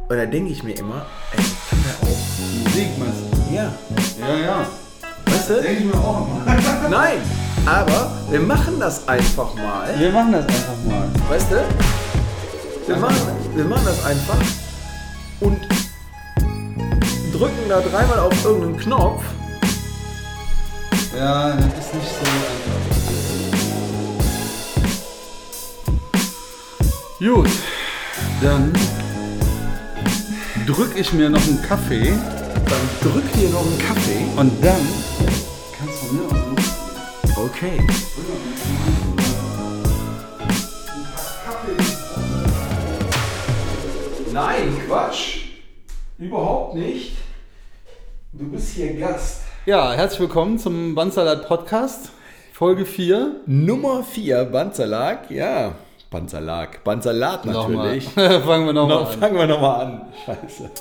Und da denke ich mir immer, ey, kann der auch Musik meinst du? Ja. Ja. Weißt du? Denke ich mir auch immer. Nein, aber wir machen das einfach mal. Wir machen das einfach mal. Weißt du? Wir machen das einfach und drücken da dreimal auf irgendeinen Knopf. Ja, das ist nicht so einfach. Gut, dann drücke ich mir noch einen Kaffee. Dann drück dir noch einen Kaffee. Und dann kannst du mir auch Okay. Nein, Quatsch. Überhaupt nicht. Du bist hier Gast. Ja, herzlich willkommen zum Bandsalat Podcast, Folge 4. Nummer 4, Bandsalat, ja. Bandsalat natürlich. Fangen wir nochmal an. Fangen wir nochmal an. Scheiße.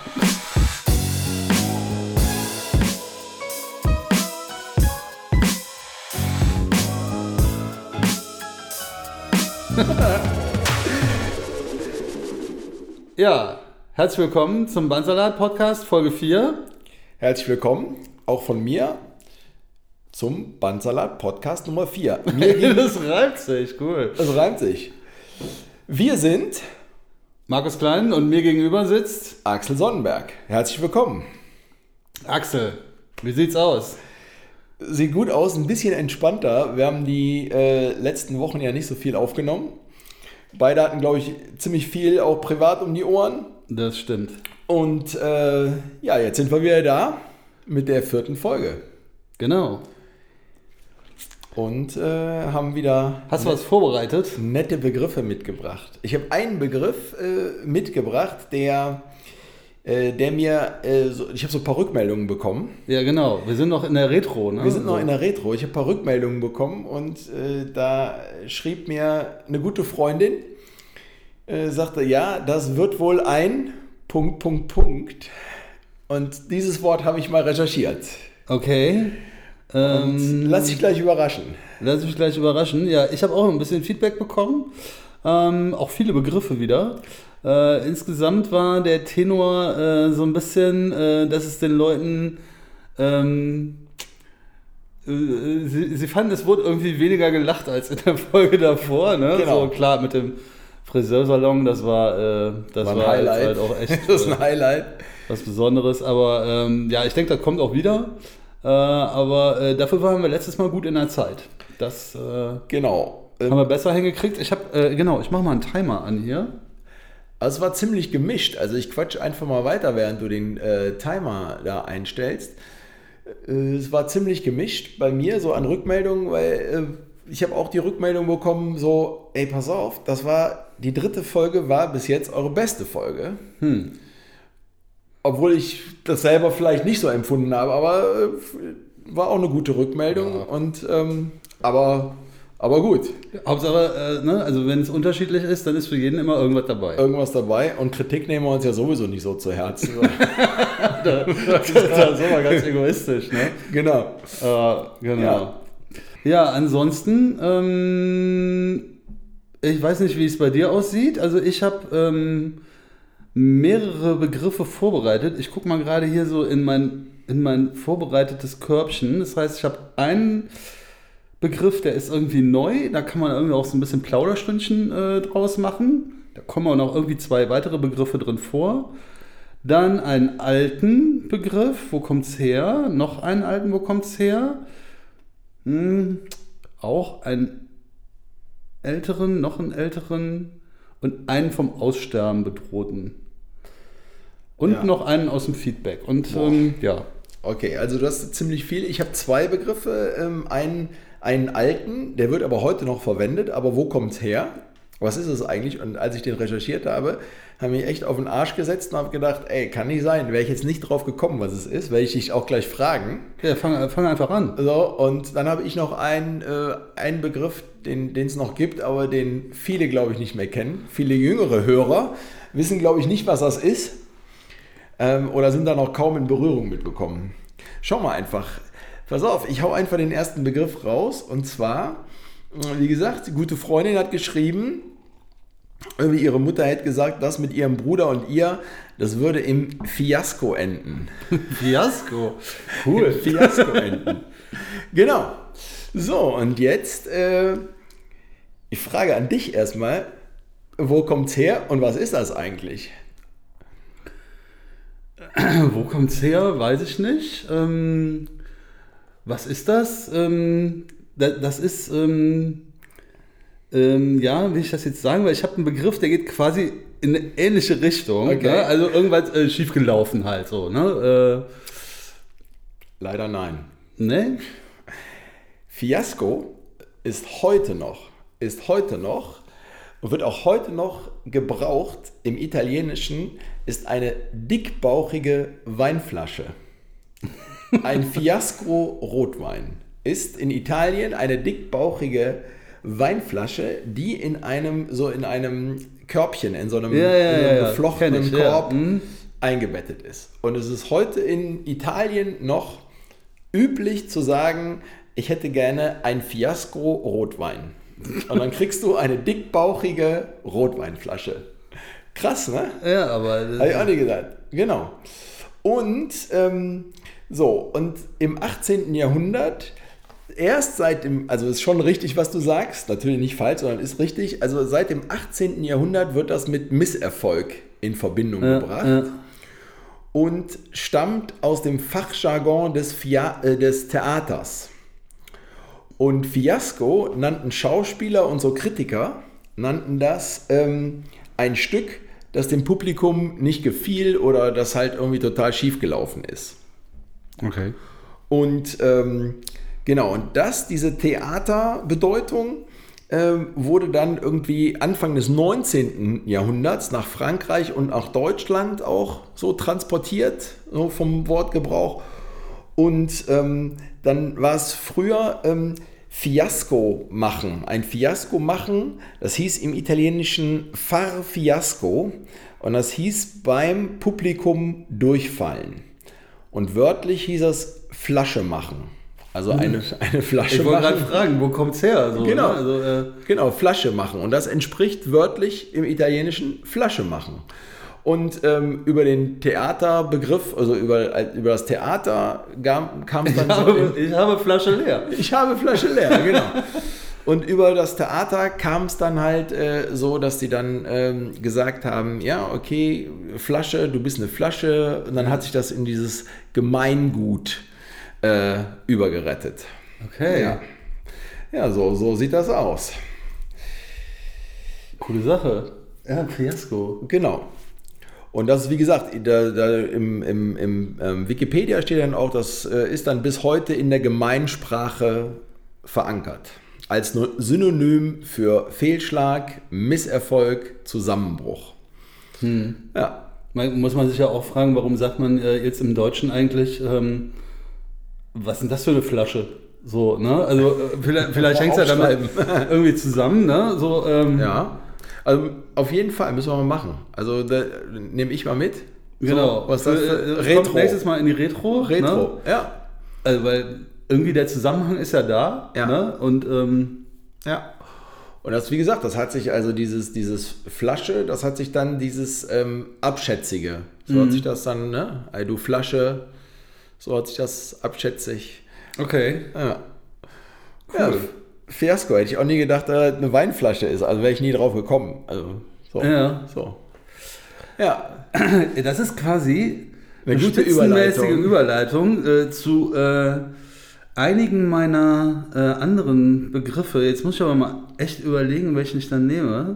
Ja, herzlich willkommen zum Bandsalat Podcast, Folge 4. Herzlich willkommen, auch von mir, zum Bandsalat Podcast Nummer 4. Das reimt sich, cool. Das reimt sich. Wir sind Markus Klein und mir gegenüber sitzt Axel Sonnenberg. Herzlich willkommen. Axel. Wie sieht's aus? Sieht gut aus, ein bisschen entspannter. Wir haben die letzten Wochen ja nicht so viel aufgenommen. Beide hatten, glaube ich, ziemlich viel auch privat um die Ohren. Das stimmt. Und ja, jetzt sind wir wieder da mit der 4. Folge. Genau. Und haben wieder Hast du was vorbereitet? nette Begriffe mitgebracht. Ich habe einen Begriff mitgebracht, der mir, ich habe so ein paar Rückmeldungen bekommen. Ja, genau. Wir sind noch in der Retro, ne? Wir sind noch in der Retro. Ich habe ein paar Rückmeldungen bekommen und da schrieb mir eine gute Freundin, sagte, ja, das wird wohl ein ... Und dieses Wort habe ich mal recherchiert. Okay. Und lass dich gleich überraschen. Lass mich gleich überraschen. Ja, ich habe auch ein bisschen Feedback bekommen. Auch viele Begriffe wieder. Insgesamt war der Tenor so ein bisschen, dass es den Leuten, sie fanden, es wurde irgendwie weniger gelacht als in der Folge davor. Ne? Genau. So klar, mit dem Friseursalon, das war ein Highlight. Halt auch echt Das ist ein Highlight. was Besonderes. Aber ja, ich denke, das kommt auch wieder. Aber dafür waren wir letztes Mal gut in der Zeit. Das Genau. haben wir besser hingekriegt. Ich mache mal einen Timer an hier. Also es war ziemlich gemischt. Also ich quatsch einfach mal weiter, während du den Timer da einstellst. Es war ziemlich gemischt bei mir, so an Rückmeldungen, weil ich habe auch die Rückmeldung bekommen, so, ey, pass auf, die 3. Folge war bis jetzt eure beste Folge. Obwohl ich das selber vielleicht nicht so empfunden habe, aber war auch eine gute Rückmeldung. Ja. Und aber gut. Hauptsache, also wenn es unterschiedlich ist, dann ist für jeden immer irgendwas dabei. Und Kritik nehmen wir uns ja sowieso nicht so zu Herzen. Das ist immer ganz egoistisch, ne? Genau. Genau. Ja, ansonsten, ich weiß nicht, wie es bei dir aussieht. Also ich habe mehrere Begriffe vorbereitet. Ich gucke mal gerade hier so in mein vorbereitetes Körbchen. Das heißt, ich habe einen Begriff, der ist irgendwie neu. Da kann man irgendwie auch so ein bisschen Plauderstündchen draus machen. Da kommen auch noch irgendwie 2 weitere Begriffe drin vor. Dann einen alten Begriff. Wo kommt's her? Noch einen alten. Wo kommt's her? Auch einen älteren, noch einen älteren und einen vom Aussterben bedrohten. Und noch einen aus dem Feedback. Und ja. Okay, also du hast ziemlich viel. Ich habe 2 Begriffe. Einen alten, der wird aber heute noch verwendet. Aber wo kommt's her? Was ist es eigentlich? Und als ich den recherchiert habe, habe ich mich echt auf den Arsch gesetzt und habe gedacht, ey, kann nicht sein. Wäre ich jetzt nicht drauf gekommen, was es ist, werde ich dich auch gleich fragen. Ja, fang einfach an. So, und dann habe ich noch einen Begriff, den es noch gibt, aber den viele, glaube ich, nicht mehr kennen. Viele jüngere Hörer wissen, glaube ich, nicht, was das ist. Oder sind da noch kaum in Berührung mitbekommen. Schau mal einfach. Pass auf, ich hau einfach den ersten Begriff raus. Und zwar, wie gesagt, die gute Freundin hat geschrieben, Irgendwie ihre Mutter hätte gesagt, das mit ihrem Bruder und ihr, das würde im Fiasko enden. Fiasko. Cool. Fiasko enden. Genau. So, und jetzt, ich frage an dich erstmal, wo kommt's her und was ist das eigentlich? Wo kommt's her? Weiß ich nicht. Was ist das? Das ist, ja, wie ich das jetzt sagen, weil ich habe einen Begriff, der geht quasi in eine ähnliche Richtung. Okay. Ne? Also irgendwas schiefgelaufen halt so. Ne? Leider nein. Ne? Fiasko ist heute noch und wird auch heute noch gebraucht im Italienischen, ist eine dickbauchige Weinflasche. Ein Fiasco Rotwein ist in Italien eine dickbauchige Weinflasche, die in einem Körbchen, in so einem geflochtenen Korb eingebettet ist. Und es ist heute in Italien noch üblich zu sagen, ich hätte gerne ein Fiasco Rotwein. Und dann kriegst du eine dickbauchige Rotweinflasche. Krass, ne? Ja, aber... Habe ich auch nicht gesagt. Genau. Und und im 18. Jahrhundert, erst seit dem, also ist schon richtig, was du sagst, natürlich nicht falsch, sondern ist richtig, also seit dem 18. Jahrhundert wird das mit Misserfolg in Verbindung gebracht. Ja. Und stammt aus dem Fachjargon des Theaters. Und Fiasko nannten Schauspieler und so Kritiker, nannten das ein Stück, das dem Publikum nicht gefiel oder das halt irgendwie total schief gelaufen ist. Okay. Und genau, und diese Theaterbedeutung wurde dann irgendwie Anfang des 19. Jahrhunderts nach Frankreich und nach Deutschland auch so transportiert, so vom Wortgebrauch. Und dann war es früher Fiasko machen. Ein Fiasko machen, das hieß im Italienischen far fiasco und das hieß beim Publikum durchfallen. Und wörtlich hieß es Flasche machen. Also eine Flasche machen. Ich wollte gerade fragen, wo kommt's her? So, genau, ne? Genau, Flasche machen. Und das entspricht wörtlich im Italienischen Flasche machen. Und über den Theaterbegriff, also über das Theater kam es dann ich habe Flasche leer. Ich habe Flasche leer, genau. Und über das Theater kam es dann halt so, dass die dann gesagt haben, ja, okay, Flasche, du bist eine Flasche. Und dann hat sich das in dieses Gemeingut übergerettet. Okay. Ja, so sieht das aus. Coole Sache. Ja, Fiasko. Genau. Und das ist, wie gesagt, im Wikipedia steht dann auch, das ist dann bis heute in der Gemeinsprache verankert. Als Synonym für Fehlschlag, Misserfolg, Zusammenbruch. Ja. Muss man sich ja auch fragen, warum sagt man jetzt im Deutschen eigentlich, was ist denn das für eine Flasche? So, ne? Also vielleicht hängt es ja damit irgendwie zusammen, ne? So, ja. Also auf jeden Fall müssen wir mal machen. Also da nehme ich mal mit. Genau. So, was das Retro. Kommt nächstes Mal in die Retro. Retro, ne? Ja. Also weil irgendwie der Zusammenhang ist ja da. Ja. Ne? Und ja. Und das, wie gesagt, das hat sich also dieses Flasche, das hat sich dann dieses Abschätzige. So hat sich das dann, ne? Also du Flasche, so hat sich das abschätzig. Okay. Ja. Cool. Ja. Fiasko, hätte ich auch nie gedacht, dass eine Weinflasche ist. Also wäre ich nie drauf gekommen. Also, so. Ja. So. Ja. Das ist quasi eine gute Überleitung zu einigen meiner anderen Begriffe. Jetzt muss ich aber mal echt überlegen, welchen ich dann nehme.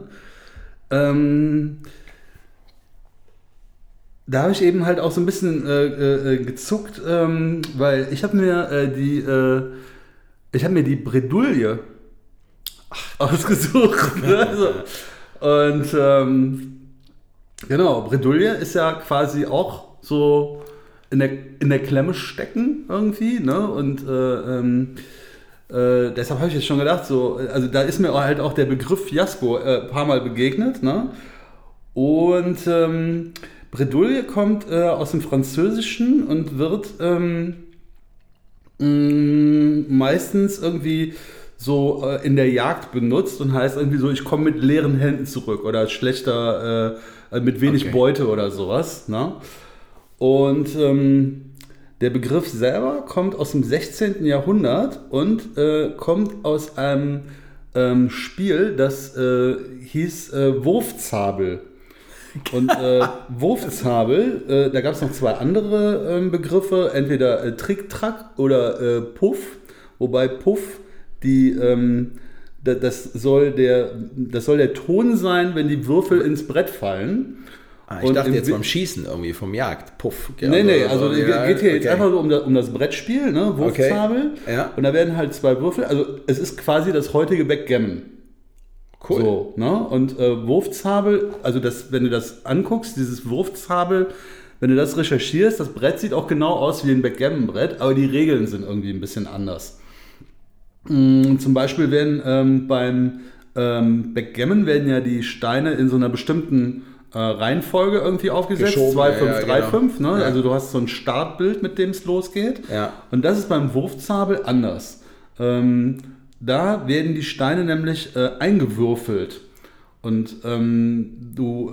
Da habe ich eben halt auch so ein bisschen gezuckt, weil ich habe mir die Bredouille ausgesucht. Also, und genau, Bredouille ist ja quasi auch so in der Klemme stecken irgendwie, ne? Und deshalb habe ich jetzt schon gedacht, so, also da ist mir halt auch der Begriff Fiasko ein paar Mal begegnet, ne? Und Bredouille kommt aus dem Französischen und wird meistens irgendwie so in der Jagd benutzt und heißt irgendwie so, ich komme mit leeren Händen zurück oder schlechter, mit wenig Beute oder sowas. Ne? Und der Begriff selber kommt aus dem 16. Jahrhundert und kommt aus einem Spiel, das hieß Wurfzabel. Und Wurfzabel, da gab es noch zwei andere Begriffe, entweder Trick-Track oder Puff, wobei Puff das soll der Ton sein, wenn die Würfel ins Brett fallen. Ich dachte jetzt beim Schießen irgendwie, vom Jagd, Puff. Nee, also geht hier jetzt einfach so um das Brettspiel, ne? Wurfzabel. Okay. Ja. Und da werden halt zwei Würfel, also es ist quasi das heutige Backgammon. Cool. So, ne? Und Wurfzabel, also wenn du das anguckst, dieses Wurfzabel, wenn du das recherchierst, das Brett sieht auch genau aus wie ein Backgammon-Brett, aber die Regeln sind irgendwie ein bisschen anders. Zum Beispiel werden beim Backgammon werden ja die Steine in so einer bestimmten Reihenfolge irgendwie aufgesetzt. 2, 5, 3, 5. Ne? Ja. Also du hast so ein Startbild, mit dem es losgeht. Ja. Und das ist beim Wurfzabel anders. Da werden die Steine nämlich eingewürfelt. Und du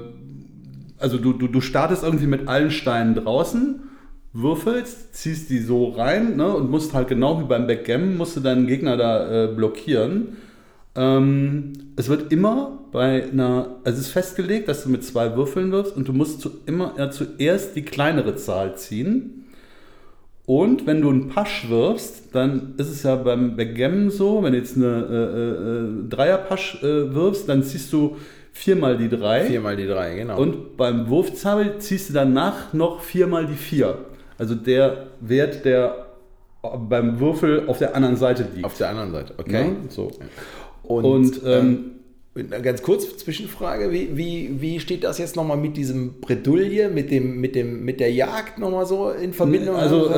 startest irgendwie mit allen Steinen draußen, würfelst, ziehst die so rein, ne, und musst halt genau wie beim Backgammon, musst du deinen Gegner da blockieren. Es wird immer es ist festgelegt, dass du mit 2 Würfeln wirfst und du musst zuerst die kleinere Zahl ziehen. Und wenn du einen Pasch wirfst, dann ist es ja beim Backgammon so, wenn du jetzt eine Dreierpasch wirfst, dann ziehst du 4 mal die 3. 4 mal die 3, genau. Und beim Wurfzabel ziehst du danach noch 4 mal die 4. Also der Wert, der beim Würfel auf der anderen Seite liegt. Auf der anderen Seite, okay. Ja, so. Und ganz kurz Zwischenfrage, wie steht das jetzt nochmal mit diesem Bredouille, mit der Jagd nochmal so in Verbindung?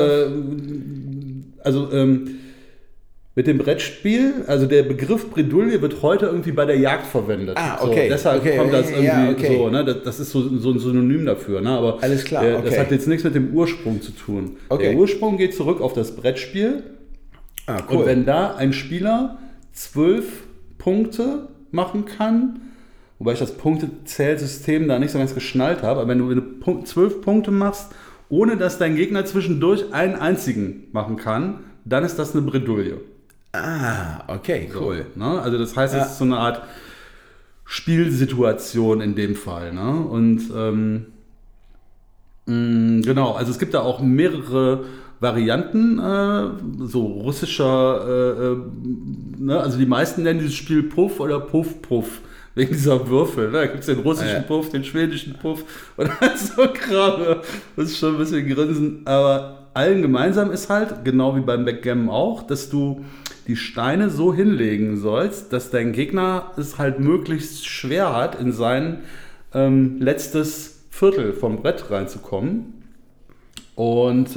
Mit dem Brettspiel, also der Begriff Bredouille wird heute irgendwie bei der Jagd verwendet. Okay. So, deshalb kommt das irgendwie so, ne? Das ist so ein Synonym dafür, ne? Aber alles klar, das hat jetzt nichts mit dem Ursprung zu tun. Okay. Der Ursprung geht zurück auf das Brettspiel. Cool. Und wenn da ein Spieler 12 Punkte machen kann, wobei ich das Punktezählsystem da nicht so ganz geschnallt habe, aber wenn du 12 Punkte machst, ohne dass dein Gegner zwischendurch einen einzigen machen kann, dann ist das eine Bredouille. Okay, cool. So, ne? Also das heißt, es ist so eine Art Spielsituation in dem Fall. Ne? Und genau, also es gibt da auch mehrere Varianten, so russischer, ne? Also die meisten nennen dieses Spiel Puff oder Puff-Puff, wegen dieser Würfel. Ne? Da gibt es den russischen Puff, den schwedischen Puff und so Kram. Das ist schon ein bisschen grinsen, aber allen gemeinsam ist halt, genau wie beim Backgammon auch, dass du die Steine so hinlegen sollst, dass dein Gegner es halt möglichst schwer hat, in sein letztes Viertel vom Brett reinzukommen. Und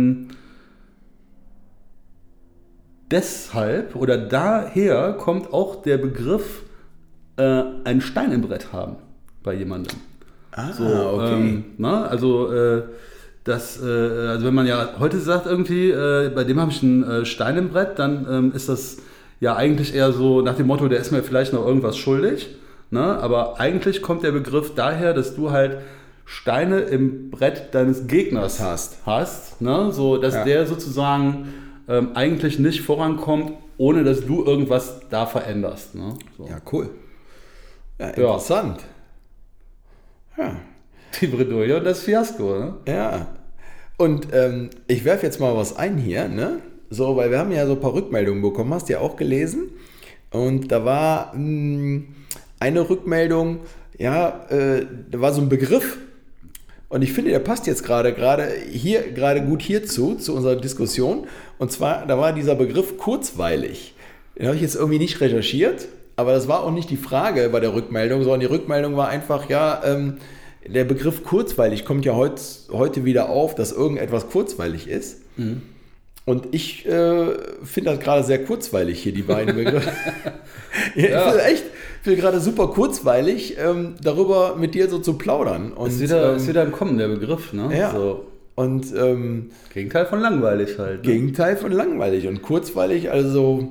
deshalb oder daher kommt auch der Begriff einen Stein im Brett haben bei jemandem. Okay. Also wenn man ja heute sagt irgendwie, bei dem habe ich einen Stein im Brett, dann ist das ja eigentlich eher so nach dem Motto, der ist mir vielleicht noch irgendwas schuldig. Ne? Aber eigentlich kommt der Begriff daher, dass du halt Steine im Brett deines Gegners hast, ne? So dass der sozusagen eigentlich nicht vorankommt, ohne dass du irgendwas da veränderst. Ne? So. Ja, cool. Ja, interessant. Ja. Die Bredouille und das Fiasko, ne? Ja. Und ich werfe jetzt mal was ein hier, ne? So, weil wir haben ja so ein paar Rückmeldungen bekommen, hast du ja auch gelesen. Und da war eine Rückmeldung, da war so ein Begriff. Und ich finde, der passt jetzt gerade gut hierzu, zu unserer Diskussion. Und zwar, da war dieser Begriff kurzweilig. Den habe ich jetzt irgendwie nicht recherchiert, aber das war auch nicht die Frage bei der Rückmeldung, sondern die Rückmeldung war einfach, der Begriff kurzweilig kommt ja heute wieder auf, dass irgendetwas kurzweilig ist. Mhm. Und ich finde das gerade sehr kurzweilig hier, die beiden Begriffe. Ich finde gerade super kurzweilig, darüber mit dir so zu plaudern. Und, ist wieder im Kommen, der Begriff, ne? Ja. So. Und Gegenteil von langweilig halt. Ne? Gegenteil von langweilig und kurzweilig, also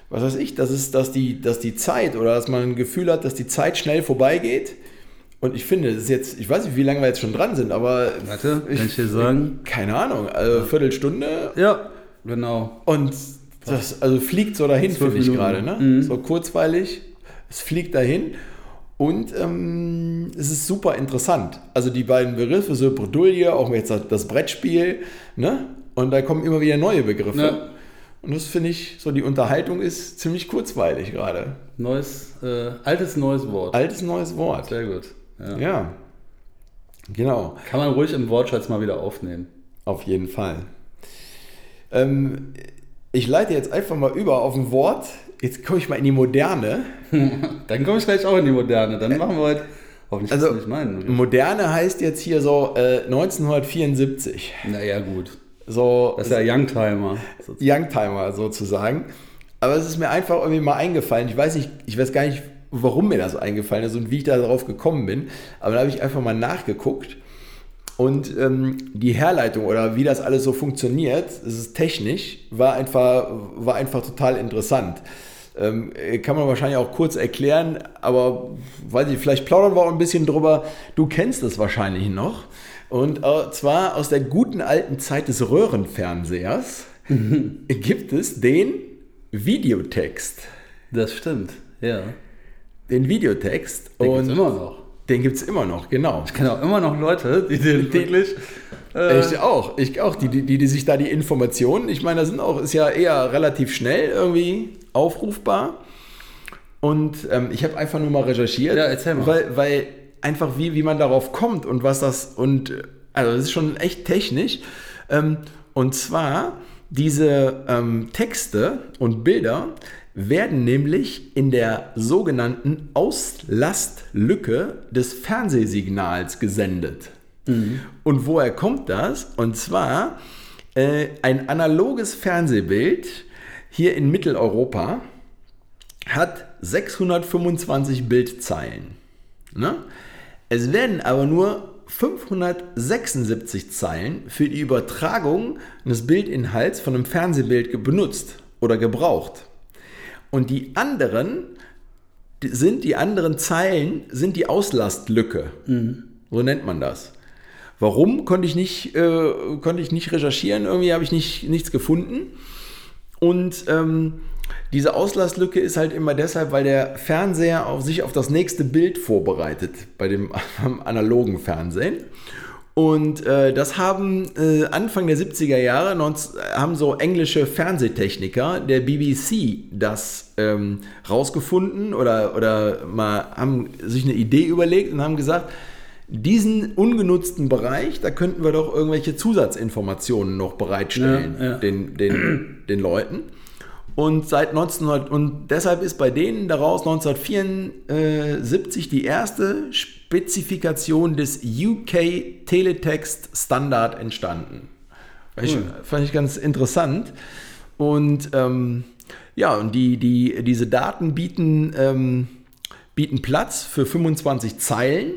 was weiß ich, dass die Zeit oder dass man ein Gefühl hat, dass die Zeit schnell vorbeigeht. Und ich finde, das ist jetzt, ich weiß nicht, wie lange wir jetzt schon dran sind, aber Warte, kann ich dir sagen? Keine Ahnung, also Viertelstunde. Ja, genau. Und das also fliegt so dahin, 12 finde ich Minuten. gerade. Ne? Mhm. So kurzweilig, es fliegt dahin. Und es ist super interessant. Also die beiden Begriffe, so Bredouille, auch jetzt das Brettspiel, ne? Und da kommen immer wieder neue Begriffe. Ja. Und das finde ich, so die Unterhaltung ist ziemlich kurzweilig gerade. Altes neues Wort. Altes neues Wort. Sehr gut. Ja, genau. Kann man ruhig im Wortschatz mal wieder aufnehmen. Auf jeden Fall. Ich leite jetzt einfach mal über auf ein Wort. Jetzt komme ich mal in die Moderne. Dann komme ich gleich auch in die Moderne. Dann machen wir heute, hoffentlich Also, nicht meinen. Moderne heißt jetzt hier so 1974. Naja, gut. So, Das ist ja Youngtimer. Youngtimer sozusagen. Aber es ist mir einfach irgendwie mal eingefallen. Ich weiß gar nicht, warum mir das eingefallen ist und wie ich da drauf gekommen bin. Aber da habe ich einfach mal nachgeguckt. Und die Herleitung oder wie das alles so funktioniert, es ist technisch, war einfach total interessant. Kann man wahrscheinlich auch kurz erklären, aber weiß ich, vielleicht plaudern wir auch ein bisschen drüber. Du kennst es wahrscheinlich noch. Und zwar aus der guten alten Zeit des Röhrenfernsehers gibt es den Videotext. Das stimmt, ja. Den Videotext. Den gibt es immer noch. Den gibt es immer noch, genau. Ich kenne auch immer noch Leute, die den wirklich... Ich auch, die sich da die Informationen, ich meine, ist ja eher relativ schnell irgendwie aufrufbar. Und ich habe einfach nur mal recherchiert, ja, erzähl mal. Weil einfach wie man darauf kommt und was das, und also das ist schon echt technisch. Und zwar diese Texte und Bilder werden nämlich in der sogenannten Auslastlücke des Fernsehsignals gesendet. Mhm. Und woher kommt das? Und zwar ein analoges Fernsehbild hier in Mitteleuropa hat 625 Bildzeilen. Ne? Es werden aber nur 576 Zeilen für die Übertragung des Bildinhalts von einem Fernsehbild benutzt oder gebraucht. Und die anderen Zeilen sind die Auslastlücke. Mhm. So nennt man das. Warum konnte ich nicht recherchieren, irgendwie habe ich nichts gefunden. Und diese Auslastlücke ist halt immer deshalb, weil der Fernseher sich auf das nächste Bild vorbereitet, bei dem analogen Fernsehen. Und das haben Anfang der 70er Jahre haben so englische Fernsehtechniker der BBC das rausgefunden oder mal haben sich eine Idee überlegt und haben gesagt, diesen ungenutzten Bereich, da könnten wir doch irgendwelche Zusatzinformationen noch bereitstellen, den Leuten. Und deshalb ist bei denen daraus 1974 die erste Spezifikation des UK Teletext Standard entstanden. Fand ich ganz interessant. Und diese Daten bieten Platz für 25 Zeilen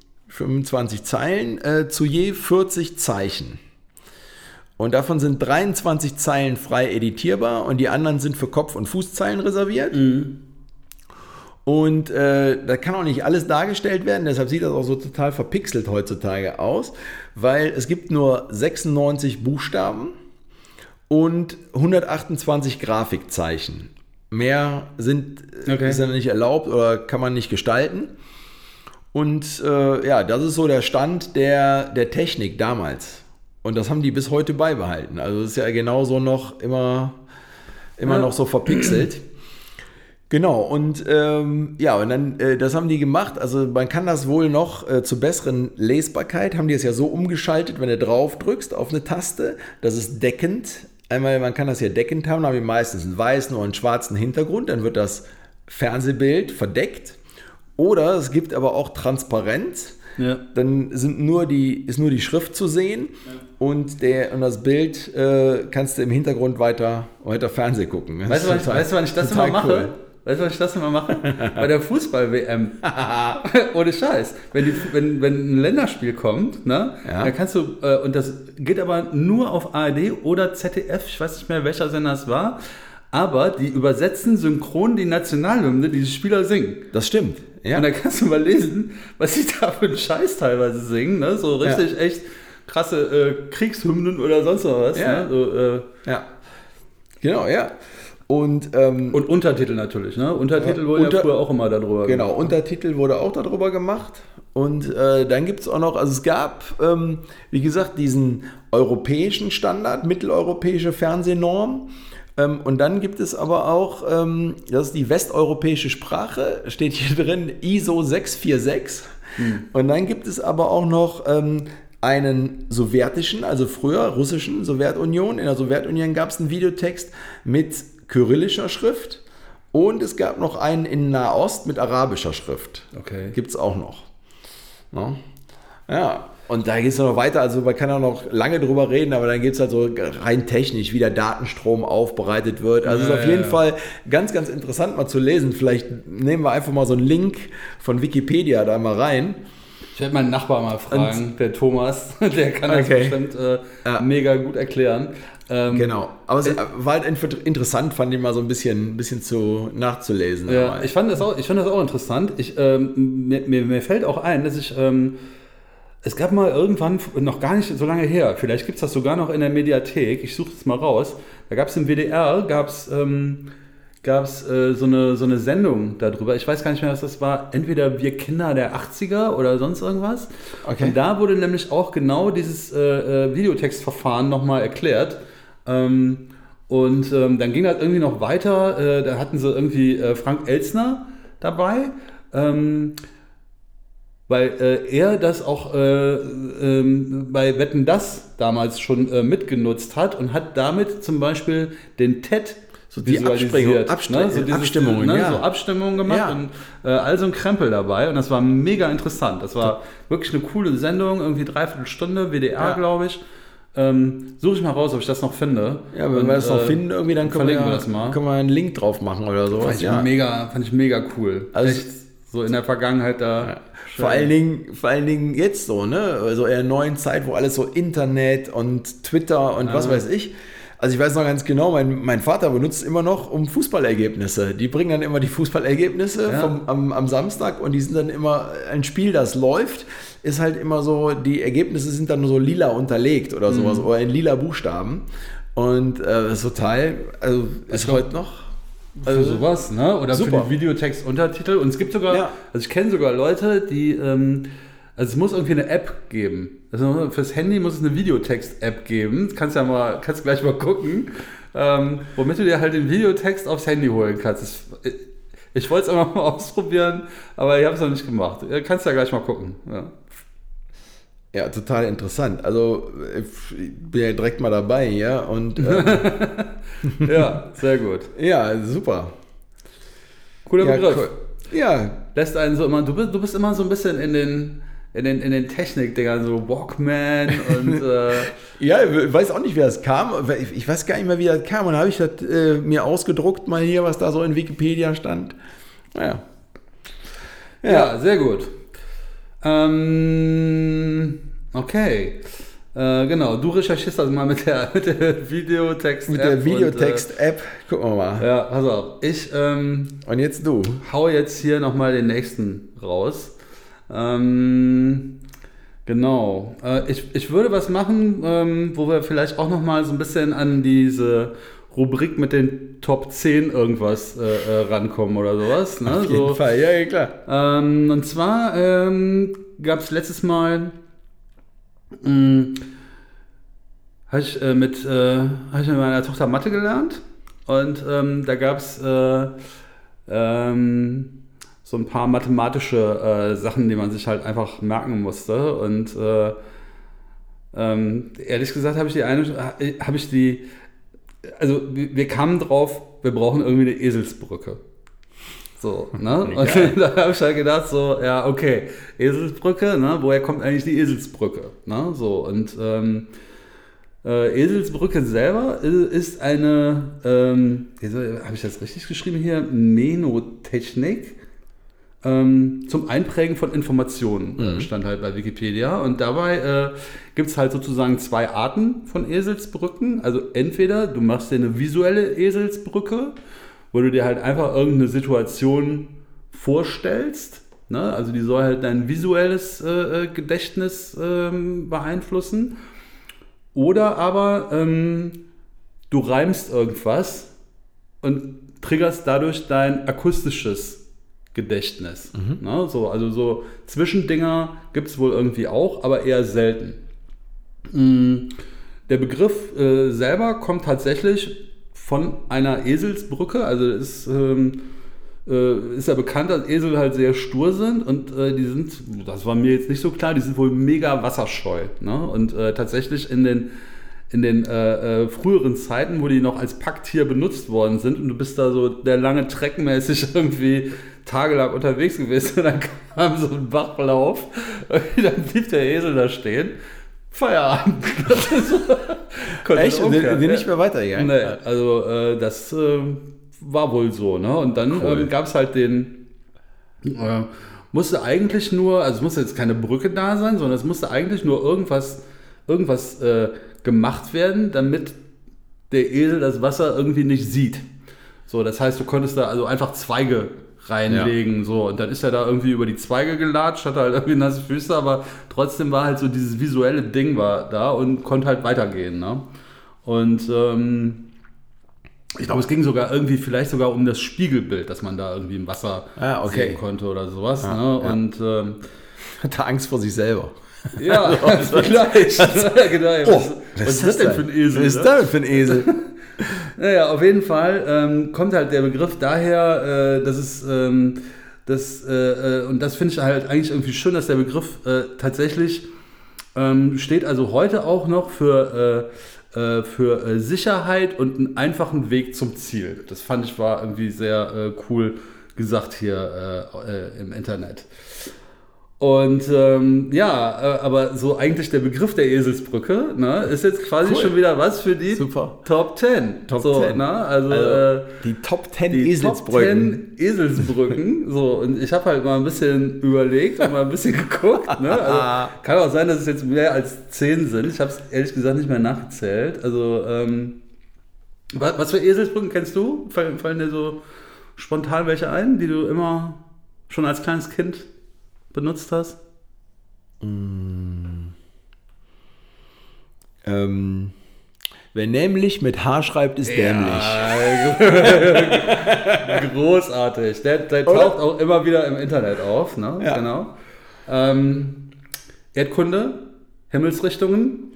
zu je 40 Zeichen. Und davon sind 23 Zeilen frei editierbar und die anderen sind für Kopf- und Fußzeilen reserviert. Mhm. Und da kann auch nicht alles dargestellt werden, deshalb sieht das auch so total verpixelt heutzutage aus, weil es gibt nur 96 Buchstaben und 128 Grafikzeichen. Mehr ist ja nicht erlaubt oder kann man nicht gestalten. Und das ist so der Stand der Technik damals. Und das haben die bis heute beibehalten. Also es ist ja genauso noch immer noch so verpixelt. Genau, und dann, das haben die gemacht. Also man kann das wohl noch zur besseren Lesbarkeit, haben die es ja so umgeschaltet, wenn du drauf drückst auf eine Taste, das ist deckend. Einmal, man kann das ja deckend haben, haben wir meistens einen weißen oder einen schwarzen Hintergrund, dann wird das Fernsehbild verdeckt. Oder es gibt aber auch transparent. Ja. Dann ist nur die Schrift zu sehen, ja. und das Bild kannst du im Hintergrund weiter Fernsehen gucken. Weißt du, wann ich das immer mache? Cool. Weißt du, was ich das immer mache? Bei der Fußball-WM. Ohne Scheiß. Wenn ein Länderspiel kommt, ne, ja. Dann kannst du, und das geht aber nur auf ARD oder ZDF, ich weiß nicht mehr, welcher Sender es war, aber die übersetzen synchron die Nationalhymne, die die Spieler singen. Das stimmt. Ja. Und dann kannst du mal lesen, was sie da für einen Scheiß teilweise singen, ne? So richtig echt krasse Kriegshymnen oder sonst was. Ja. Ne? So, Ja. Genau, ja. Und Untertitel natürlich, ne? Untertitel wurden ja früher auch immer darüber gemacht. Genau, ne? Untertitel wurde auch darüber gemacht. Und dann gibt es auch noch, also es gab, wie gesagt, diesen europäischen Standard, mitteleuropäische Fernsehnorm. Und dann gibt es aber auch, das ist die westeuropäische Sprache, steht hier drin, ISO 646. Und dann gibt es aber auch noch einen sowjetischen, also früher russischen Sowjetunion. In der Sowjetunion gab es einen Videotext mit kyrillischer Schrift und es gab noch einen in Nahost mit arabischer Schrift. Okay. Gibt es auch noch. Ja, und da geht es noch weiter, also man kann auch noch lange drüber reden, aber dann geht es halt so rein technisch, wie der Datenstrom aufbereitet wird. Also es ist auf jeden Fall ganz, ganz interessant mal zu lesen. Vielleicht nehmen wir einfach mal so einen Link von Wikipedia da mal rein. Ich werde meinen Nachbar mal fragen, der Thomas, der kann das bestimmt mega gut erklären. Genau, aber es war halt interessant, fand ich mal so ein bisschen nachzulesen. Ja, ich fand das auch interessant. Mir fällt auch ein, dass es gab mal irgendwann, noch gar nicht so lange her, vielleicht gibt es das sogar noch in der Mediathek, ich suche das mal raus, da gab es im WDR, so eine Sendung darüber, ich weiß gar nicht mehr, was das war, entweder Wir Kinder der 80er oder sonst irgendwas. Okay. Und da wurde nämlich auch genau dieses Videotextverfahren nochmal erklärt. Dann ging das irgendwie noch weiter, da hatten sie irgendwie Frank Elstner dabei, weil er das auch bei Wetten, dass damals schon mitgenutzt hat und hat damit zum Beispiel den TED so die Abstimmungen, so Abstimmungen gemacht und all so ein Krempel dabei und das war mega interessant. Das war wirklich eine coole Sendung, irgendwie 3/4 Stunde, WDR, glaube ich. Suche ich mal raus, ob ich das noch finde. Ja, wenn wir das noch finden, irgendwie, dann können wir einen Link drauf machen oder so. Fand ich mega cool. Also echt so in der Vergangenheit da. Ja. Vor allen Dingen jetzt so, ne? Also in der neuen Zeit, wo alles so Internet und Twitter und was weiß ich. Also ich weiß noch ganz genau, mein Vater benutzt immer noch Fußballergebnisse. Die bringen dann immer die Fußballergebnisse am Samstag und die sind dann immer ein Spiel, das läuft, ist halt immer so, die Ergebnisse sind dann so lila unterlegt oder sowas oder in lila Buchstaben. Und das ist total, also ist heute noch. Für sowas, ne? Oder super. Für die Videotext-Untertitel. Und es gibt sogar, also ich kenne sogar Leute, die, also es muss irgendwie eine App geben. Also fürs Handy muss es eine Videotext-App geben. Kannst du gleich mal gucken, womit du dir halt den Videotext aufs Handy holen kannst. Ich wollte es einfach mal ausprobieren, aber ich habe es noch nicht gemacht. Kannst ja gleich mal gucken. Ja, total interessant. Also ich bin ja direkt mal dabei, ja. Und ja, sehr gut. Ja, super. Cooler Begriff. Cool. Ja. Lässt einen so immer, du bist immer so ein bisschen in den Technik-Dingern, so Walkman und ja, ich weiß auch nicht, wie das kam. Ich weiß gar nicht mehr, wie das kam. Und dann habe ich das mir ausgedruckt, mal hier, was da so in Wikipedia stand. Naja. Ja, sehr gut. Okay. Genau, du recherchierst also mal mit der Videotext-App. Mit der Videotext-App, gucken wir mal. Ja, pass auf. Und jetzt du. Hau jetzt hier nochmal den nächsten raus. Genau. Ich würde was machen, wo wir vielleicht auch nochmal so ein bisschen an diese Rubrik mit den Top 10 irgendwas rankommen oder sowas. Ne? Auf jeden Fall, ja, klar. Und zwar gab es letztes Mal habe ich mit meiner Tochter Mathe gelernt und da gab es so ein paar mathematische Sachen, die man sich halt einfach merken musste und ehrlich gesagt also wir kamen drauf, wir brauchen irgendwie eine Eselsbrücke. So, ne? Und da habe ich halt gedacht, so, ja, okay, Eselsbrücke, ne? Woher kommt eigentlich die Eselsbrücke? Ne? So, und Eselsbrücke selber ist eine, habe ich das richtig geschrieben hier? Menotechnik. zum Einprägen von Informationen, stand halt bei Wikipedia. Und dabei gibt es halt sozusagen 2 Arten von Eselsbrücken. Also entweder du machst dir eine visuelle Eselsbrücke, wo du dir halt einfach irgendeine Situation vorstellst. Ne? Also die soll halt dein visuelles Gedächtnis beeinflussen. Oder aber du reimst irgendwas und triggerst dadurch dein akustisches Gedächtnis. Ne? Also so Zwischendinger gibt es wohl irgendwie auch, aber eher selten. Der Begriff selber kommt tatsächlich von einer Eselsbrücke. Also ist ja bekannt, dass Esel halt sehr stur sind und die sind, das war mir jetzt nicht so klar, die sind wohl mega wasserscheu. Ne? Und tatsächlich in den früheren Zeiten, wo die noch als Packtier benutzt worden sind und du bist da so der lange Treckmäßig irgendwie tagelang unterwegs gewesen und dann kam so ein Bachlauf und dann blieb der Esel da stehen. Feierabend. Echt? Bin nicht mehr weitergegangen? Nee, also das war wohl so. Ne? Und dann gab es halt musste eigentlich nur, also es musste jetzt keine Brücke da sein, sondern es musste eigentlich nur irgendwas gemacht werden, damit der Esel das Wasser irgendwie nicht sieht. So, das heißt, du konntest da also einfach Zweige reinlegen, so, und dann ist er da irgendwie über die Zweige gelatscht, hatte halt irgendwie nasse Füße, aber trotzdem war halt so dieses visuelle Ding war da und konnte halt weitergehen, ne? Und ich glaube, es ging vielleicht sogar um das Spiegelbild, dass man da irgendwie im Wasser sehen konnte oder sowas, ne? Ja. Und hatte Angst vor sich selber. Ja, vielleicht. Was ist das denn für ein Esel? Was ist das denn für ein Esel? Naja, auf jeden Fall kommt halt der Begriff daher, dass es, und das finde ich halt eigentlich irgendwie schön, dass der Begriff tatsächlich steht also heute auch noch für Sicherheit und einen einfachen Weg zum Ziel. Das fand ich war irgendwie sehr cool gesagt hier im Internet. Und aber so eigentlich der Begriff der Eselsbrücke, ne, ist jetzt quasi schon wieder was für die Top 10. Top 10. Ne? Also die Top 10 Eselsbrücken. Top 10 Eselsbrücken. So, und ich habe halt mal ein bisschen überlegt und mal ein bisschen geguckt. Ne? Also, kann auch sein, dass es jetzt mehr als 10 sind. Ich habe es ehrlich gesagt nicht mehr nachgezählt. Also, was für Eselsbrücken kennst du? Fallen dir so spontan welche ein, die du immer schon als kleines Kind benutzt hast? Wer nämlich mit H schreibt, ist dämlich. Großartig. Der taucht auch immer wieder im Internet auf. Ne? Ja. Genau. Erdkunde, Himmelsrichtungen.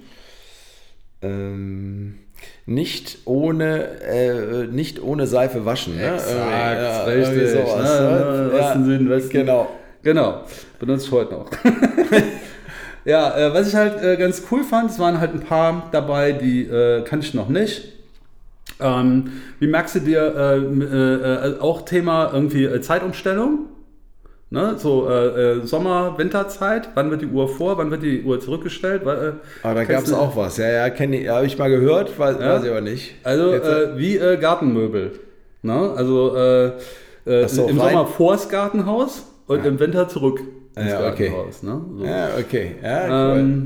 Nicht ohne Seife waschen. Exakt, richtig. Sowas, ne? Osten, Süden, Westen. Genau, benutzt heute noch. Ja, was ich halt ganz cool fand, es waren halt ein paar dabei, die kannte ich noch nicht. Wie merkst du dir auch Thema irgendwie Zeitumstellung? Ne? So Sommer, Winterzeit, wann wird die Uhr vor, wann wird die Uhr zurückgestellt? Da gab es auch was, habe ich mal gehört, weiß ich aber nicht. Also wie Gartenmöbel. Ne? Also im Sommer vors Gartenhaus und im Winter zurück ins Gartenhaus. Ne? So. Ja, okay. Ja, cool.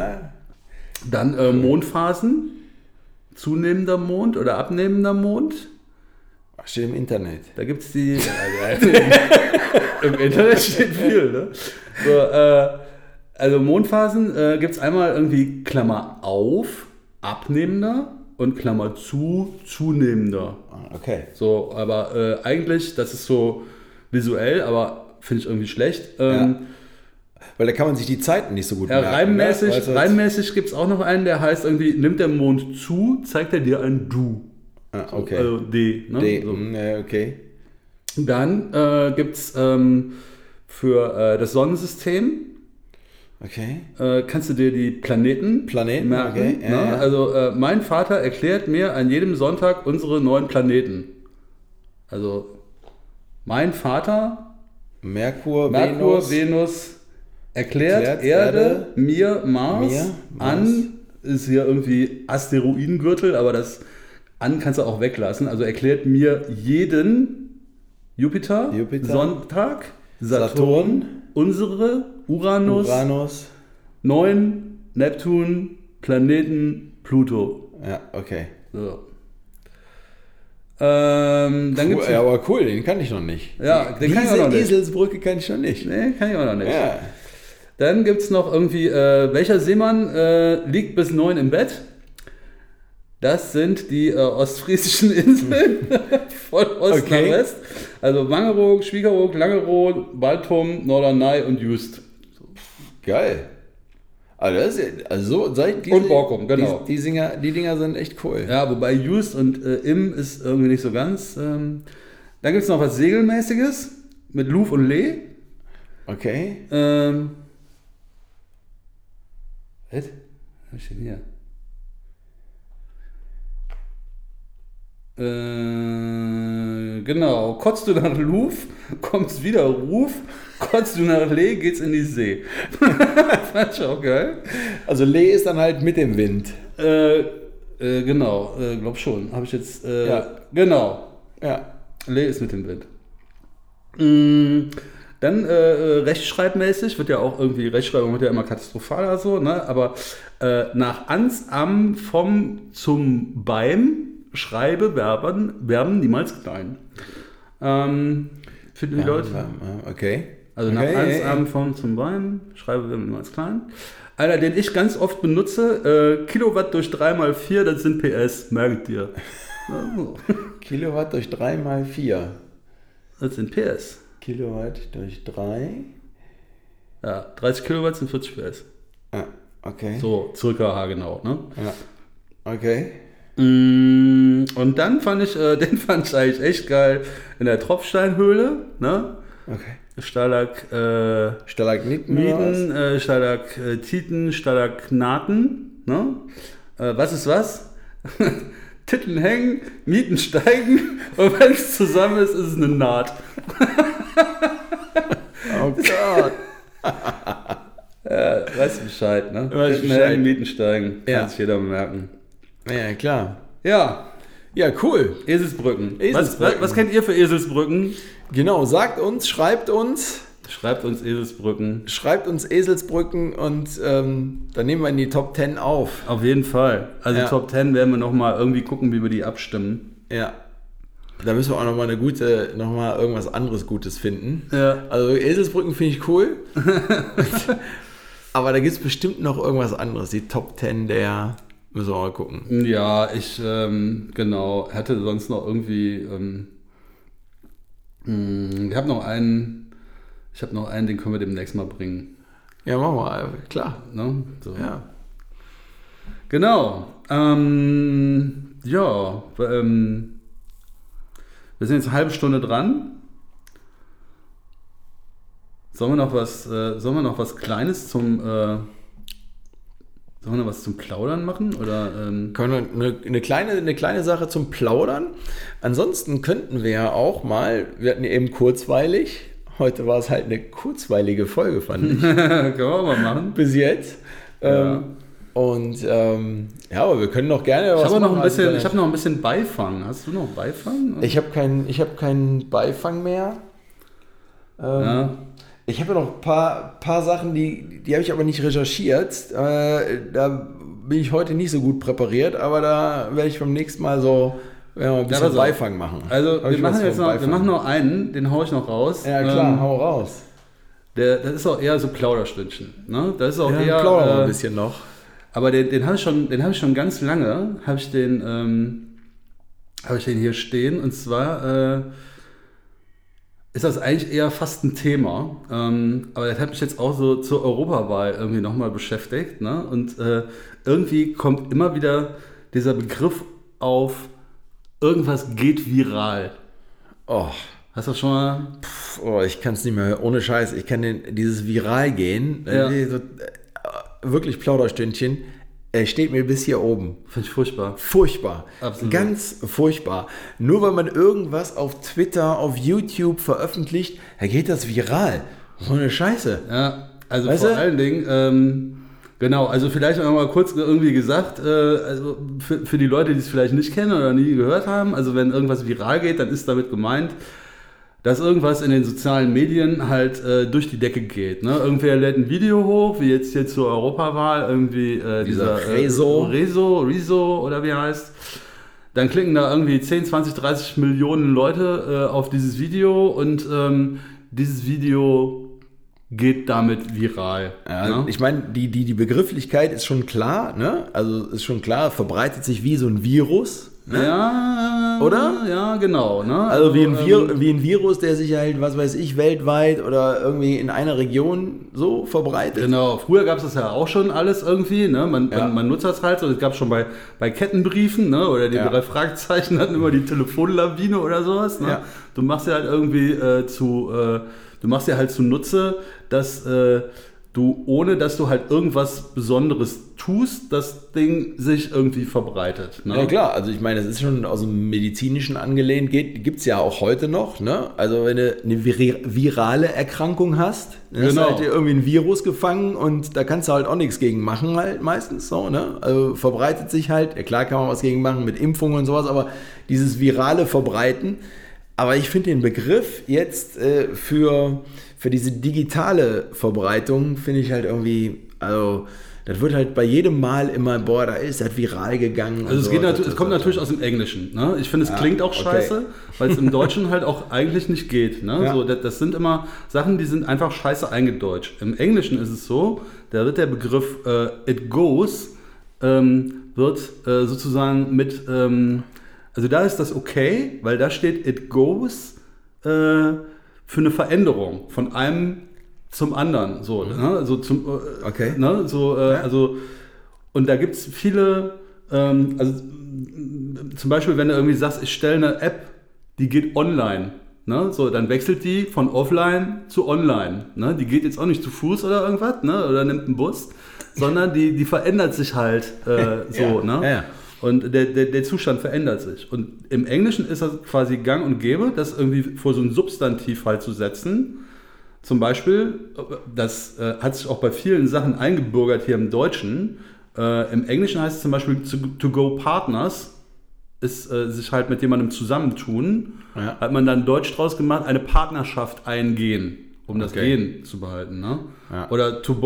Dann Mondphasen, zunehmender Mond oder abnehmender Mond. Steht im Internet. Da gibt es die... Im Internet steht viel, ne? So, also Mondphasen gibt es einmal irgendwie Klammer auf, abnehmender und Klammer zu, zunehmender. Okay. So, aber eigentlich, das ist so visuell, aber finde ich irgendwie schlecht. Weil da kann man sich die Zeiten nicht so gut merken. Reimmäßig gibt es auch noch einen, der heißt irgendwie, nimmt der Mond zu, zeigt er dir ein Du. Okay. Also D. Ne? D, so. Okay. Dann gibt es für das Sonnensystem, okay, kannst du dir die Planeten merken. Okay. Ne? Ja. Also mein Vater erklärt mir an jedem Sonntag unsere 9 Planeten. Also mein Vater, Merkur, Venus erklärt Erde, mir, Mars, an, ist hier irgendwie Asteroidengürtel, aber das an kannst du auch weglassen. Also erklärt mir jeden Jupiter. Sonntag Saturn, unsere, Uranus, 9, Neptun, Planeten, Pluto. Ja, okay. So. Dann gibt's Ja, aber cool, den kann ich noch nicht. Ja, den kann ich auch noch nicht. Eselsbrücke kann ich noch nicht. Nee, kann ich auch noch nicht. Ja. Dann gibt es noch irgendwie, welcher Seemann liegt bis 9 im Bett? Das sind die ostfriesischen Inseln von Ost nach West. Also Wangerooge, Schwiegerooge, Langeroog, Baltum, Norderney und Just. Geil. Und Borkum, genau. Die Dinger sind echt cool. Ja, wobei Just und Im ist irgendwie nicht so ganz. Dann gibt es noch was Segelmäßiges mit Louvre und Lee. Okay. Was ist denn hier? Genau. Kotzt du nach Louvre, kommst wieder Ruf, kotzt du nach Lee, geht's in die See. Fand ich auch geil. Also Lee ist dann halt mit dem Wind. Genau, glaub schon. Habe ich jetzt. Ja. Genau. Ja. Lee ist mit dem Wind. Dann rechtschreibmäßig wird ja auch irgendwie, Rechtschreibung wird ja immer katastrophaler so, ne? Aber nach ans, am, vom, zum, beim schreibe Verben niemals klein. Für die Leute. Okay. Also nach ans, am, vom, zum, beim schreibe Verben niemals klein. Einer, den ich ganz oft benutze, Kilowatt durch 3x4, das sind PS, merkt dir. Kilowatt durch 3x4. Das sind PS. Kilowatt durch 3. Ja, 30 Kilowatt sind 40 PS. Ah, okay. So, circa haargenau, ne? Ja. Okay. Und dann fand ich eigentlich echt geil in der Tropfsteinhöhle, ne? Okay. Stalagniten, Stalaktiten, Stalagnaten, ne? Was ist was? Titten hängen, Mieten steigen und wenn es zusammen ist, ist es eine Naht. Oh Gott. Ja, weißt du Bescheid, ne? Titten hängen, Mieten steigen, kann sich jeder merken. Ja, klar. Ja. Ja, cool. Eselsbrücken. Was kennt ihr für Eselsbrücken? Genau, sagt uns, schreibt uns. Schreibt uns Eselsbrücken. Schreibt uns Eselsbrücken und dann nehmen wir in die Top 10 auf. Auf jeden Fall. Also ja. Top 10 werden wir nochmal irgendwie gucken, wie wir die abstimmen. Ja. Da müssen wir auch nochmal irgendwas anderes Gutes finden. Ja. Also Eselsbrücken finde ich cool. Aber da gibt es bestimmt noch irgendwas anderes. Die Top 10 müssen wir mal gucken. Ja, ich hätte sonst noch irgendwie ich habe noch einen, den können wir demnächst mal bringen. Ja, machen wir, klar. Ne? So. Ja. Genau. Wir sind jetzt eine halbe Stunde dran. Sollen wir noch was Kleines zum Plaudern machen? Oder, Können wir eine kleine Sache zum Plaudern? Ansonsten könnten wir ja auch mal, wir hatten ja eben kurzweilig, heute war es halt eine kurzweilige Folge, fand ich. Können wir auch mal machen. Bis jetzt. Ja. Aber wir können noch gerne was machen. Ich habe noch ein bisschen Beifang. Hast du noch Beifang? Ich habe keinen Beifang mehr. Ja. Ich habe ja noch ein paar Sachen, die habe ich aber nicht recherchiert. Da bin ich heute nicht so gut präpariert, aber da werde ich beim nächsten Mal ein bisschen Beifang machen. Also wir machen noch einen, den haue ich noch raus. Ja klar, hau raus. Das ist auch eher so Plauderstündchen. Ne? Das ist auch eher plauder ein bisschen noch. Aber den habe ich schon ganz lange, habe ich den hier stehen. Und zwar ist das eigentlich eher fast ein Thema. Aber das hat mich jetzt auch so zur Europawahl irgendwie nochmal beschäftigt. Ne? Und irgendwie kommt immer wieder dieser Begriff auf, irgendwas geht viral. Oh. Hast du das schon mal? Ich kann es nicht mehr, ohne Scheiß. Ich kann dieses Viral gehen, wirklich Plauderstündchen, steht mir bis hier oben. Finde ich furchtbar. Furchtbar. Absolut. Ganz furchtbar. Nur weil man irgendwas auf Twitter, auf YouTube veröffentlicht, da geht das viral. So eine Scheiße. Ja, also vor allen Dingen, genau, also vielleicht noch mal kurz irgendwie gesagt, also für die Leute, die es vielleicht nicht kennen oder nie gehört haben, also wenn irgendwas viral geht, dann ist damit gemeint, dass irgendwas in den sozialen Medien halt durch die Decke geht. Ne? Irgendwer lädt ein Video hoch, wie jetzt hier zur Europawahl, irgendwie dieser Rezo oder wie er heißt. Dann klicken da irgendwie 10, 20, 30 Millionen Leute auf dieses Video und dieses Video geht damit viral. Ja, ne? Ich meine, die Begrifflichkeit ist schon klar, ne? Also ist schon klar, verbreitet sich wie so ein Virus. Ne? Ja, oder? Ja, genau. Ne? Also wie ein Virus, der sich halt, was weiß ich, weltweit oder irgendwie in einer Region so verbreitet. Genau, früher gab es das ja auch schon alles irgendwie, ne? Man nutzt das halt so, das gab es schon bei Kettenbriefen, ne? Oder die 3 Fragezeichen hatten immer die Telefonlawine oder sowas. Ne? Ja. Du machst ja halt irgendwie du machst ja halt zunutze, dass du, ohne dass du halt irgendwas Besonderes tust, das Ding sich irgendwie verbreitet. Ne? Ja klar, also ich meine, das ist schon aus dem Medizinischen angelehnt, gibt es ja auch heute noch. Ne? Also wenn du eine virale Erkrankung hast, dann hast du halt irgendwie ein Virus gefangen und da kannst du halt auch nichts gegen machen halt meistens. So, ne? Also verbreitet sich halt, ja klar kann man was gegen machen mit Impfungen und sowas, aber dieses virale Verbreiten. Aber ich finde den Begriff jetzt für diese digitale Verbreitung, finde ich halt irgendwie, also das wird halt bei jedem Mal immer, boah, da ist das viral gegangen. Also es kommt natürlich aus dem Englischen. Ne? Ich finde, es klingt auch scheiße, weil es im Deutschen halt auch eigentlich nicht geht. Ne? Ja. So, das sind immer Sachen, die sind einfach scheiße eingedeutscht. Im Englischen ist es so, da wird der Begriff it goes, wird sozusagen mit... also da ist das okay, weil da steht it goes für eine Veränderung von einem zum anderen. So, ne? Also okay. Ne? So, also, und da gibt es viele, also zum Beispiel, wenn du irgendwie sagst, ich stelle eine App, die geht online. Ne? So, dann wechselt die von offline zu online. Ne? Die geht jetzt auch nicht zu Fuß oder irgendwas, ne? Oder nimmt einen Bus, sondern die verändert sich halt so. Ja. Ne? Ja. Und der Zustand verändert sich. Und im Englischen ist das quasi gang und gäbe, das irgendwie vor so ein Substantiv halt zu setzen. Zum Beispiel, das hat sich auch bei vielen Sachen eingebürgert hier im Deutschen. Im Englischen heißt es zum Beispiel to go partners, ist sich halt mit jemandem zusammentun. Ja. Hat man dann Deutsch draus gemacht, eine Partnerschaft eingehen, um das Gehen zu behalten. Ne? Ja. Oder to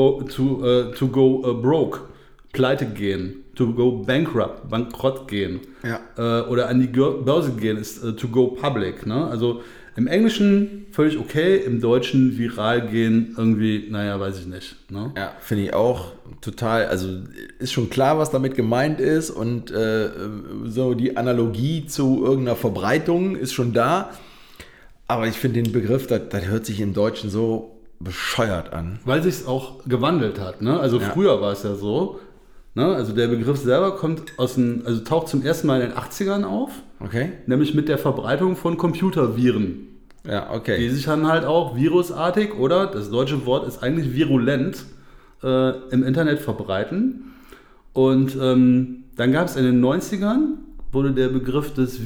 go broke, pleite gehen. To go bankrupt, bankrott gehen. Ja. Oder an die Börse gehen ist to go public. Ne? Also im Englischen völlig okay, im Deutschen viral gehen irgendwie, naja, weiß ich nicht. Ne? Ja, finde ich auch total, also ist schon klar, was damit gemeint ist und so die Analogie zu irgendeiner Verbreitung ist schon da, aber ich finde den Begriff, das hört sich im Deutschen so bescheuert an. Weil sich es auch gewandelt hat. Ne? Also früher war es ja so, ne? Also der Begriff selber taucht zum ersten Mal in den 80ern auf. Okay. Nämlich mit der Verbreitung von Computerviren. Ja, okay. Die sich dann halt auch virusartig oder, das deutsche Wort ist eigentlich virulent, im Internet verbreiten. Und dann gab es in den 90ern, wurde der Begriff des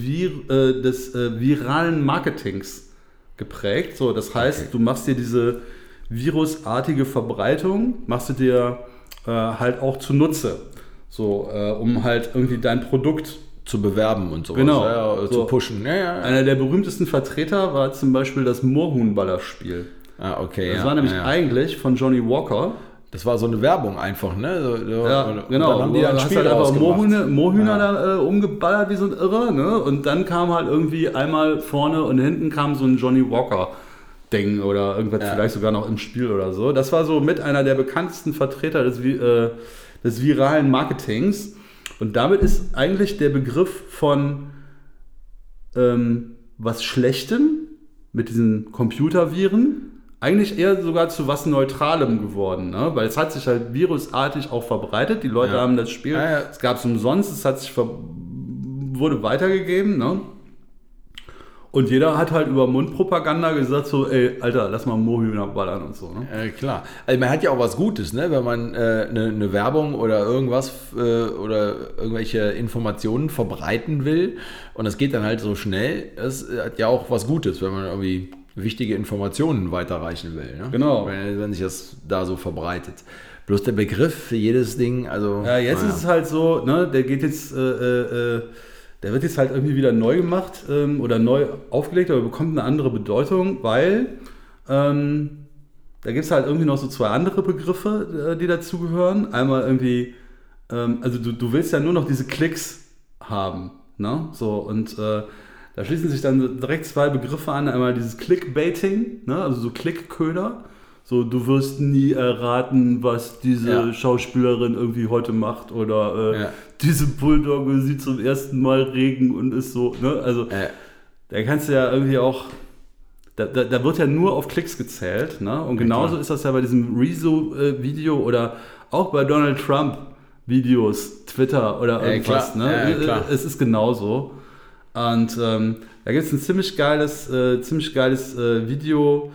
viralen Marketings geprägt. So, das heißt, du machst dir diese virusartige Verbreitung, machst du dir halt auch zunutze. So, um halt irgendwie dein Produkt zu bewerben und sowas. Genau. Ja, zu pushen. Ja. Einer der berühmtesten Vertreter war zum Beispiel das Moorhuhn-Ballerspiel. Ah, okay. Das war nämlich eigentlich von Johnny Walker. Das war so eine Werbung einfach, ne? Ja, genau. Dann haben die ein Spiel halt einfach Moorhühner ja. da umgeballert wie so ein Irrer, ne? Und dann kam halt irgendwie einmal vorne und hinten kam so ein Johnny Walker-Ding oder irgendwas vielleicht sogar noch im Spiel oder so. Das war so mit einer der bekanntesten Vertreter des viralen Marketings. Und damit ist eigentlich der Begriff von was Schlechtem mit diesen Computerviren eigentlich eher sogar zu was Neutralem geworden, ne? Weil es hat sich halt virusartig auch verbreitet. Die Leute haben das Spiel, es gab es umsonst, es hat sich wurde weitergegeben, ne? Und jeder hat halt über Mundpropaganda gesagt so, ey, Alter, lass mal Moorhühner ballern und so. Ne? Klar. Also man hat ja auch was Gutes, ne? Wenn man eine Werbung oder irgendwas oder irgendwelche Informationen verbreiten will und das geht dann halt so schnell, das hat ja auch was Gutes, wenn man irgendwie wichtige Informationen weiterreichen will. Ne? Genau. Wenn sich das da so verbreitet. Bloß der Begriff für jedes Ding, also... Ja, jetzt ist es halt so, ne, der geht jetzt... der wird jetzt halt irgendwie wieder neu gemacht oder neu aufgelegt, aber bekommt eine andere Bedeutung, weil da gibt es halt irgendwie noch so 2 andere Begriffe, die dazugehören. Einmal irgendwie, also du willst ja nur noch diese Klicks haben, ne? So, und da schließen sich dann direkt 2 Begriffe an. Einmal dieses Clickbaiting, ne? Also so Klickköder. So, du wirst nie erraten, was diese Schauspielerin irgendwie heute macht oder diese Bulldogge sieht zum ersten Mal Regen und ist so, ne? Also, da kannst du ja irgendwie auch, da wird ja nur auf Klicks gezählt, ne? Und genauso ist das ja bei diesem Rezo-Video oder auch bei Donald Trump Videos, Twitter oder irgendwas, ne? Klar. Es ist genauso. Und da gibt es ein ziemlich geiles Video,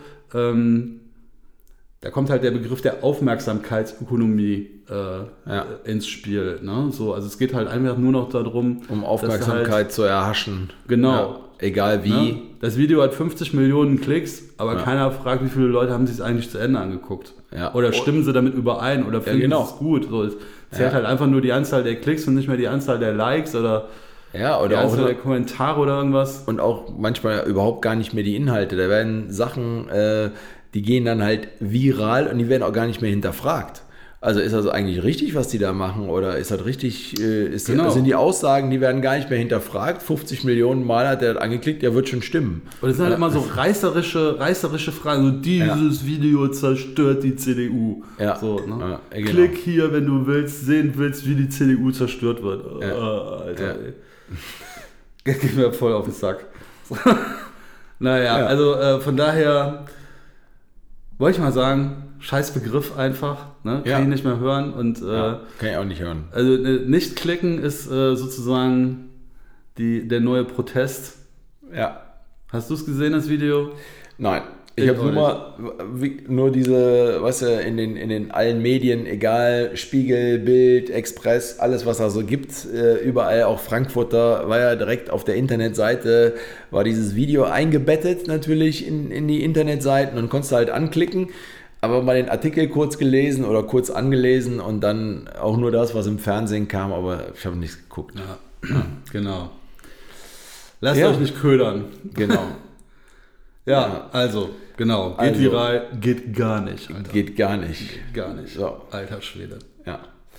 da kommt halt der Begriff der Aufmerksamkeitsökonomie ins Spiel. Ne? So, also es geht halt einfach nur noch darum, um Aufmerksamkeit halt, zu erhaschen. Genau. Ja, egal wie. Ne? Das Video hat 50 Millionen Klicks, aber keiner fragt, wie viele Leute haben sich es eigentlich zu Ende angeguckt. Ja. Oder stimmen sie damit überein oder finden sie es gut. So, es zählt halt einfach nur die Anzahl der Klicks und nicht mehr die Anzahl der Likes oder die Anzahl der Kommentare oder irgendwas. Und auch manchmal überhaupt gar nicht mehr die Inhalte. Da werden Sachen... die gehen dann halt viral und die werden auch gar nicht mehr hinterfragt. Also ist das eigentlich richtig, was die da machen? Oder ist das richtig, sind die Aussagen, die werden gar nicht mehr hinterfragt? 50 Millionen Mal hat der das angeklickt, der wird schon stimmen. Und es sind halt immer so reißerische Fragen. So, dieses Video zerstört die CDU. Ja. So, ne? Ja, genau. Klick hier, wenn du sehen willst, wie die CDU zerstört wird. Alter, ey. Geht mir voll auf den Sack. Also von daher... Wollte ich mal sagen, scheiß Begriff einfach, ne? Kann ich nicht mehr hören. Und, kann ich auch nicht hören. Also nicht klicken ist sozusagen der neue Protest. Ja. Hast du es gesehen, das Video? Nein. Ich habe nur diese, weißt du, in den allen Medien, egal, Spiegel, Bild, Express, alles was da so gibt, überall, auch Frankfurter, war ja direkt auf der Internetseite, war dieses Video eingebettet natürlich in die Internetseiten und konntest halt anklicken, aber mal den Artikel kurz gelesen oder kurz angelesen und dann auch nur das, was im Fernsehen kam, aber ich habe nichts geguckt. Ja, genau. Lasst euch nicht ködern. Genau. Ja, also, genau. Geht viral, geht gar nicht, Alter. Geht gar nicht. Geht gar nicht. So. Alter Schwede. Ja.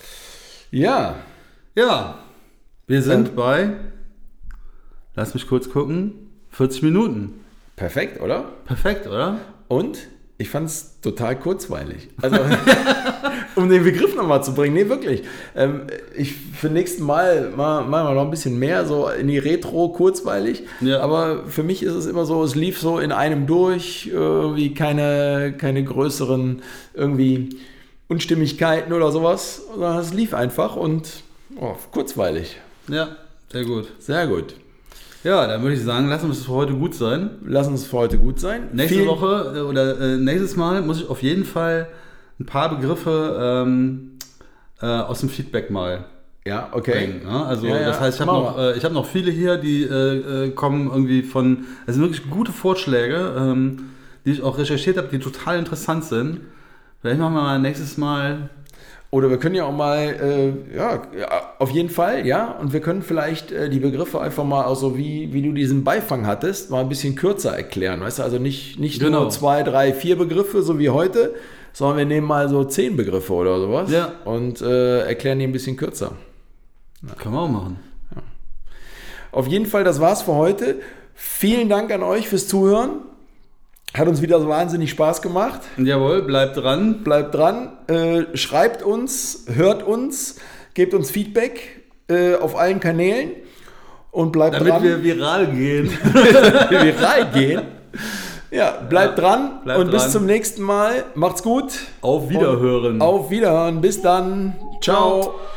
Ja. Ja. Wir sind bei, lass mich kurz gucken, 40 Minuten. Perfekt, oder? Perfekt, oder? Und ich fand es total kurzweilig. Also, um den Begriff nochmal zu bringen. Nee, wirklich. Ich für nächsten Mal machen wir noch ein bisschen mehr so in die Retro kurzweilig. Ja. Aber für mich ist es immer so, es lief so in einem durch, irgendwie keine größeren irgendwie Unstimmigkeiten oder sowas. Sondern es lief einfach und kurzweilig. Ja, sehr gut. Sehr gut. Ja, dann würde ich sagen, lass uns für heute gut sein. Nächste Woche oder nächstes Mal muss ich auf jeden Fall ein paar Begriffe aus dem Feedback mal bringen. Ne? Also das heißt, ich habe noch viele hier, die kommen irgendwie von, das sind wirklich gute Vorschläge, die ich auch recherchiert habe, die total interessant sind. Vielleicht machen wir mal nächstes Mal... Oder wir können ja auch mal, auf jeden Fall, ja, und wir können vielleicht die Begriffe einfach mal auch so, wie du diesen Beifang hattest, mal ein bisschen kürzer erklären, weißt du, also nicht nur 2, 3, 4 Begriffe, so wie heute, sondern wir nehmen mal so 10 Begriffe oder sowas und erklären die ein bisschen kürzer. Ja. Können wir auch machen. Ja. Auf jeden Fall, das war's für heute. Vielen Dank an euch fürs Zuhören. Hat uns wieder so wahnsinnig Spaß gemacht. Jawohl, bleibt dran. Schreibt uns, hört uns, gebt uns Feedback auf allen Kanälen und bleibt dran. Damit wir viral gehen. Ja, bleibt dran und bis zum nächsten Mal. Macht's gut. Auf Wiederhören. Bis dann. Ciao.